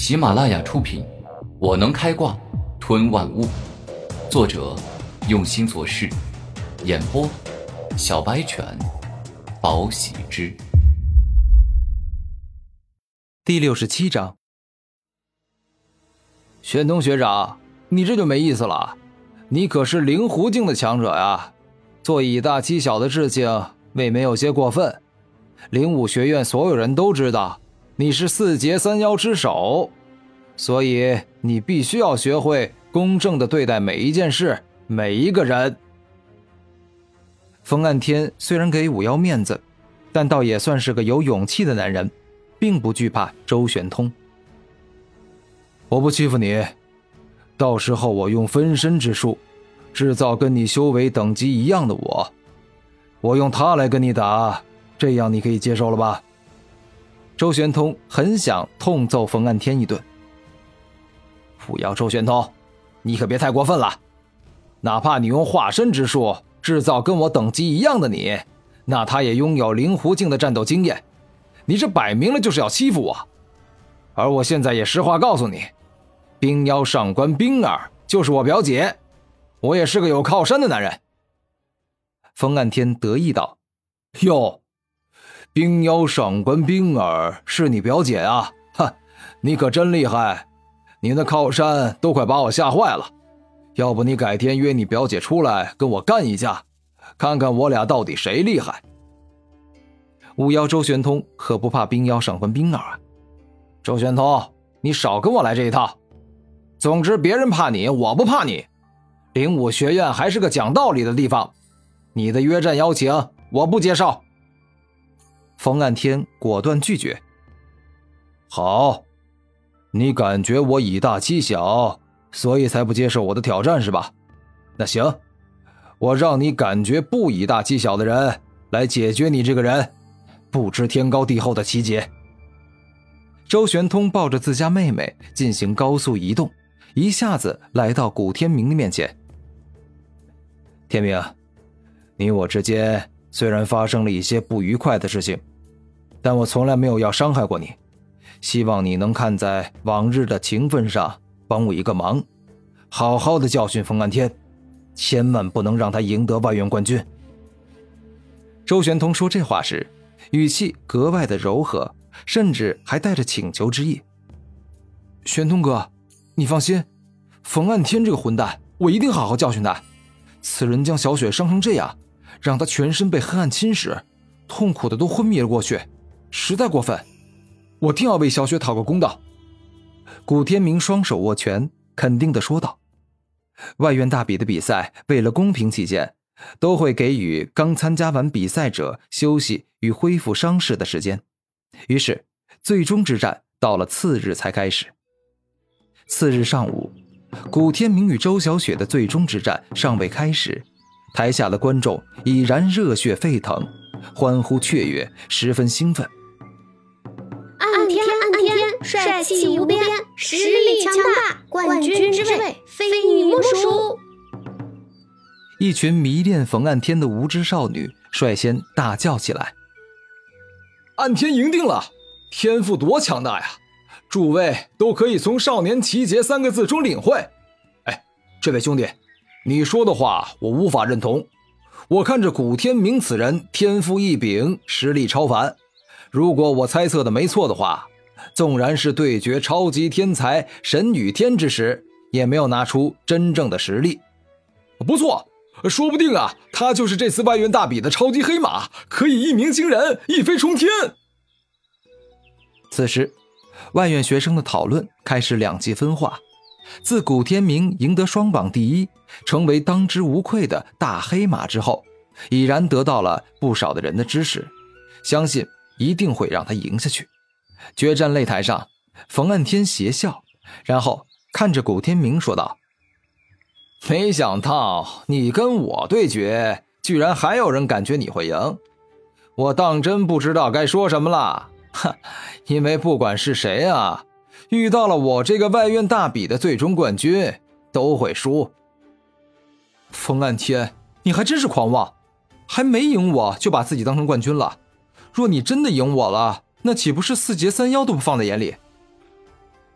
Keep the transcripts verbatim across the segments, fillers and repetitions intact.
喜马拉雅出品，我能开挂吞万物。作者用心做事，演播小白犬，宝喜之。 第六十七章。玄通学长，你这就没意思了，你可是灵狐境的强者呀，做以大欺小的事情未免有些过分。灵武学院所有人都知道你是四劫三妖之首，所以你必须要学会公正地对待每一件事，每一个人。冯岸天虽然给五妖面子，但倒也算是个有勇气的男人，并不惧怕周玄通。我不欺负你，到时候我用分身之术制造跟你修为等级一样的我，我用它来跟你打，这样你可以接受了吧？周玄通很想痛揍冯岸天一顿。不要周玄通，你可别太过分了，哪怕你用化身之术制造跟我等级一样的你，那他也拥有灵狐境的战斗经验，你这摆明了就是要欺负我。而我现在也实话告诉你，冰妖上官冰儿就是我表姐，我也是个有靠山的男人。冯岸天得意道：哟，冰妖上官冰儿是你表姐啊？哈，你可真厉害，你那靠山都快把我吓坏了。要不你改天约你表姐出来跟我干一架，看看我俩到底谁厉害。五妖周玄通可不怕冰妖上官冰儿啊？周玄通，你少跟我来这一套。总之别人怕你，我不怕你。灵武学院还是个讲道理的地方，你的约战邀请我不接受。冯岸天果断拒绝。好，你感觉我以大欺小，所以才不接受我的挑战是吧？那行，我让你感觉不以大欺小的人来解决你这个人不知天高地厚的奇杰。周玄通抱着自家妹妹进行高速移动，一下子来到古天明的面前。天明，你我之间虽然发生了一些不愉快的事情，但我从来没有要伤害过你，希望你能看在往日的情分上帮我一个忙，好好的教训冯岸天，千万不能让他赢得外院冠军。周玄通说这话时语气格外的柔和，甚至还带着请求之意。玄通哥，你放心，冯岸天这个混蛋我一定好好教训他。此人将小雪伤成这样，让他全身被黑暗侵蚀，痛苦的都昏迷了过去，实在过分，我定要为小雪讨个公道。古天明双手握拳肯定地说道。外院大比的比赛为了公平起见，都会给予刚参加完比赛者休息与恢复伤势的时间，于是最终之战到了次日才开始。次日上午，古天明与周小雪的最终之战尚未开始，台下的观众已然热血沸腾，欢呼雀跃，十分兴奋。 岸天岸天帅气无边，实力强大，冠军之位非你莫属。 一群迷恋冯岸天的无知少女率先大叫起来。岸天赢定了，天赋多强大呀，诸位都可以从少年奇杰三个字中领会。哎，这位兄弟，你说的话我无法认同。我看这古天明此人天赋异禀，实力超凡，如果我猜测的没错的话，纵然是对决超级天才神与天之时，也没有拿出真正的实力。不错，说不定啊，他就是这次外院大比的超级黑马，可以一鸣惊人，一飞冲天。此时外院学生的讨论开始两极分化。自古天明赢得双榜第一，成为当之无愧的大黑马之后，已然得到了不少的人的支持，相信一定会让他赢下去。决战擂台上，冯岸天邪笑，然后看着古天明说道：没想到你跟我对决，居然还有人感觉你会赢，我当真不知道该说什么了。哈，因为不管是谁啊，遇到了我这个外院大比的最终冠军都会输。冯岸天，你还真是狂妄，还没赢我就把自己当成冠军了，若你真的赢我了，那岂不是四劫三妖都不放在眼里？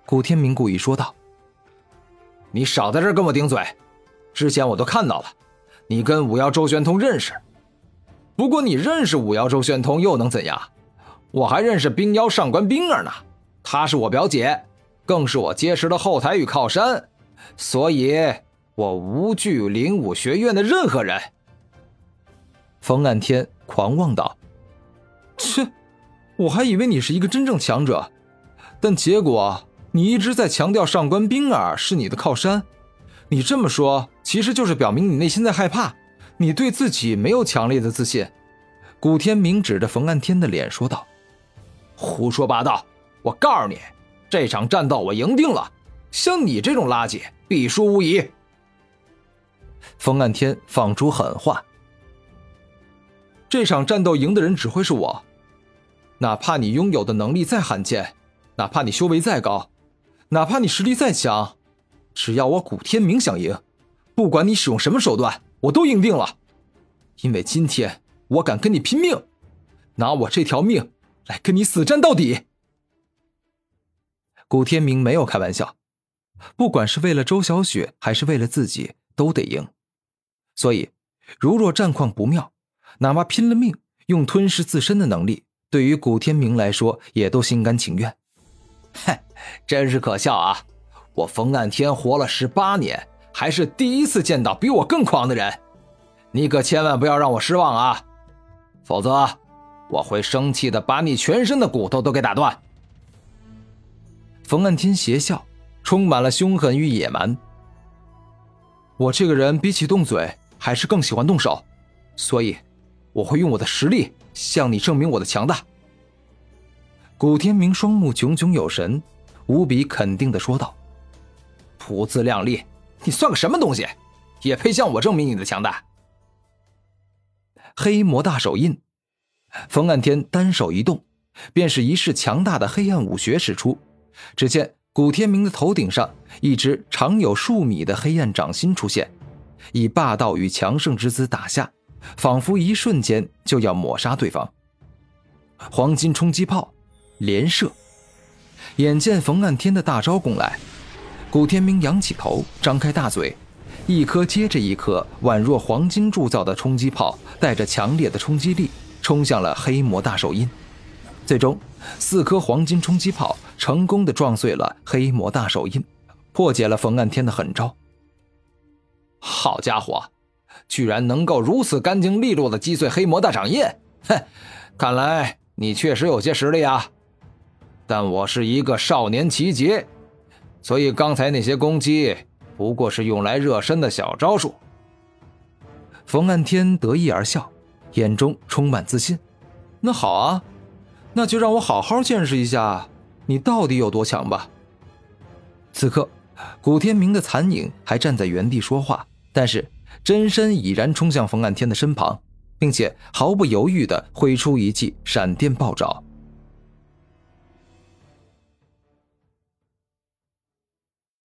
古天明故意说道：“你少在这儿跟我顶嘴，之前我都看到了，你跟五妖周玄通认识。不过你认识五妖周玄通又能怎样？我还认识冰妖上官冰儿呢，她是我表姐，更是我结识的后台与靠山，所以我无惧灵武学院的任何人。”冯岸天狂妄道：“切，我还以为你是一个真正强者，但结果你一直在强调上官冰儿是你的靠山。你这么说，其实就是表明你内心在害怕，你对自己没有强烈的自信。”古天明指着冯岸天的脸说道：“胡说八道！我告诉你，这场战斗我赢定了，像你这种垃圾必输无疑。”冯岸天放出狠话：“这场战斗赢的人只会是我，哪怕你拥有的能力再罕见，哪怕你修为再高，哪怕你实力再强，只要我古天明想赢，不管你使用什么手段，我都赢定了。因为今天我敢跟你拼命，拿我这条命来跟你死战到底。”古天明没有开玩笑，不管是为了周小雪还是为了自己，都得赢。所以如若战况不妙，哪怕拼了命用吞噬自身的能力，对于古天明来说也都心甘情愿。哼，真是可笑啊！我冯岸天活了十八年，还是第一次见到比我更狂的人。你可千万不要让我失望啊，否则我会生气的把你全身的骨头都给打断。冯岸天邪笑，充满了凶狠与野蛮。我这个人比起动嘴，还是更喜欢动手，所以我会用我的实力向你证明我的强大。古天明双目炯炯有神，无比肯定地说道：“不自量力，你算个什么东西，也配向我证明你的强大？”黑魔大手印，冯岸天单手一动，便是一式强大的黑暗武学使出。只见古天明的头顶上一只长有数米的黑暗掌心出现，以霸道与强盛之姿打下，仿佛一瞬间就要抹杀对方。黄金冲击炮连射，眼见冯岸天的大招攻来，古天明仰起头，张开大嘴，一颗接着一颗宛若黄金铸造的冲击炮带着强烈的冲击力冲向了黑魔大手印。最终四颗黄金冲击炮成功地撞碎了黑魔大手印，破解了冯岸天的狠招。好家伙，居然能够如此干净利落地击碎黑魔大掌印，哼，看来你确实有些实力啊。但我是一个少年奇杰，所以刚才那些攻击不过是用来热身的小招数。冯岸天得意而笑，眼中充满自信。那好啊，那就让我好好见识一下你到底有多强吧。此刻古天明的残影还站在原地说话，但是真身已然冲向冯岸天的身旁，并且毫不犹豫地挥出一记闪电暴爪。